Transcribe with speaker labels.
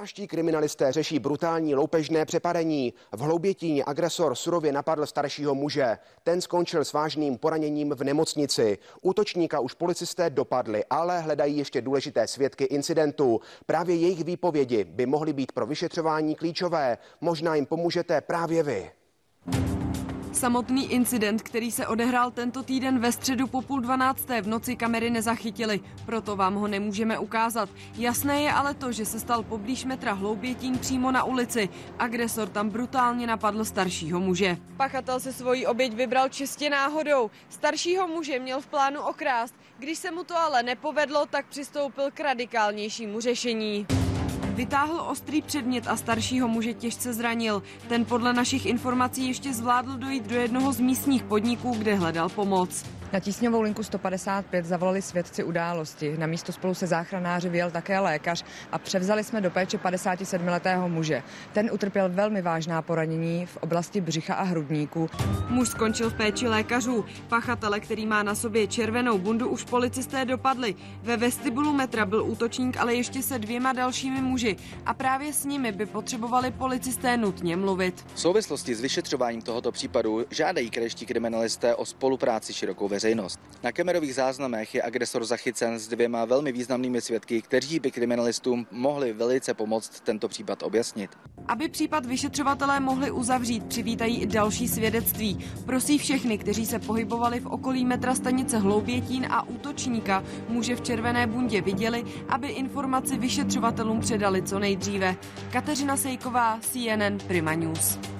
Speaker 1: Pražští kriminalisté řeší brutální loupežné přepadení. V Hloubětíně agresor surově napadl staršího muže. Ten skončil s vážným poraněním v nemocnici. Útočníka už policisté dopadli, ale hledají ještě důležité svědky incidentu. Právě jejich výpovědi by mohly být pro vyšetřování klíčové. Možná jim pomůžete právě vy.
Speaker 2: Samotný incident, který se odehrál tento týden ve středu po 11:30 v noci, kamery nezachytily, proto vám ho nemůžeme ukázat. Jasné je ale to, že se stal poblíž metra Hloubětín přímo na ulici. Agresor tam brutálně napadl staršího muže. Pachatel se svoji oběť vybral čistě náhodou. Staršího muže měl v plánu okrást. Když se mu to ale nepovedlo, tak přistoupil k radikálnějšímu řešení. Vytáhl ostrý předmět a staršího muže těžce zranil. Ten podle našich informací ještě zvládl dojít do jednoho z místních podniků, kde hledal pomoc.
Speaker 3: Na tísňovou linku 155 zavolali svědci události. Na místo spolu se záchranáři vyjel také lékař a převzali jsme do péče 57letého muže. Ten utrpěl velmi vážná poranění v oblasti břicha a hrudníku.
Speaker 2: Muž skončil v péči lékařů. Pachatele, který má na sobě červenou bundu, už policisté dopadli. Ve vestibulu metra byl útočník ale ještě se 2 dalšími muži a právě s nimi by potřebovali policisté nutně mluvit.
Speaker 4: V souvislosti s vyšetřováním tohoto případu žádají krajští kriminalisté o spolupráci širokou veřejnost. Na kamerových záznamech je agresor zachycen s 2 velmi významnými svědky, kteří by kriminalistům mohli velice pomoct tento případ objasnit.
Speaker 2: Aby případ vyšetřovatelé mohli uzavřít, přivítají i další svědectví. Prosí všechny, kteří se pohybovali v okolí metra stanice Hloubětín a útočníka muže v červené bundě viděli, aby informaci vyšetřovatelům předali co nejdříve. Kateřina Sejková, CNN Prima News.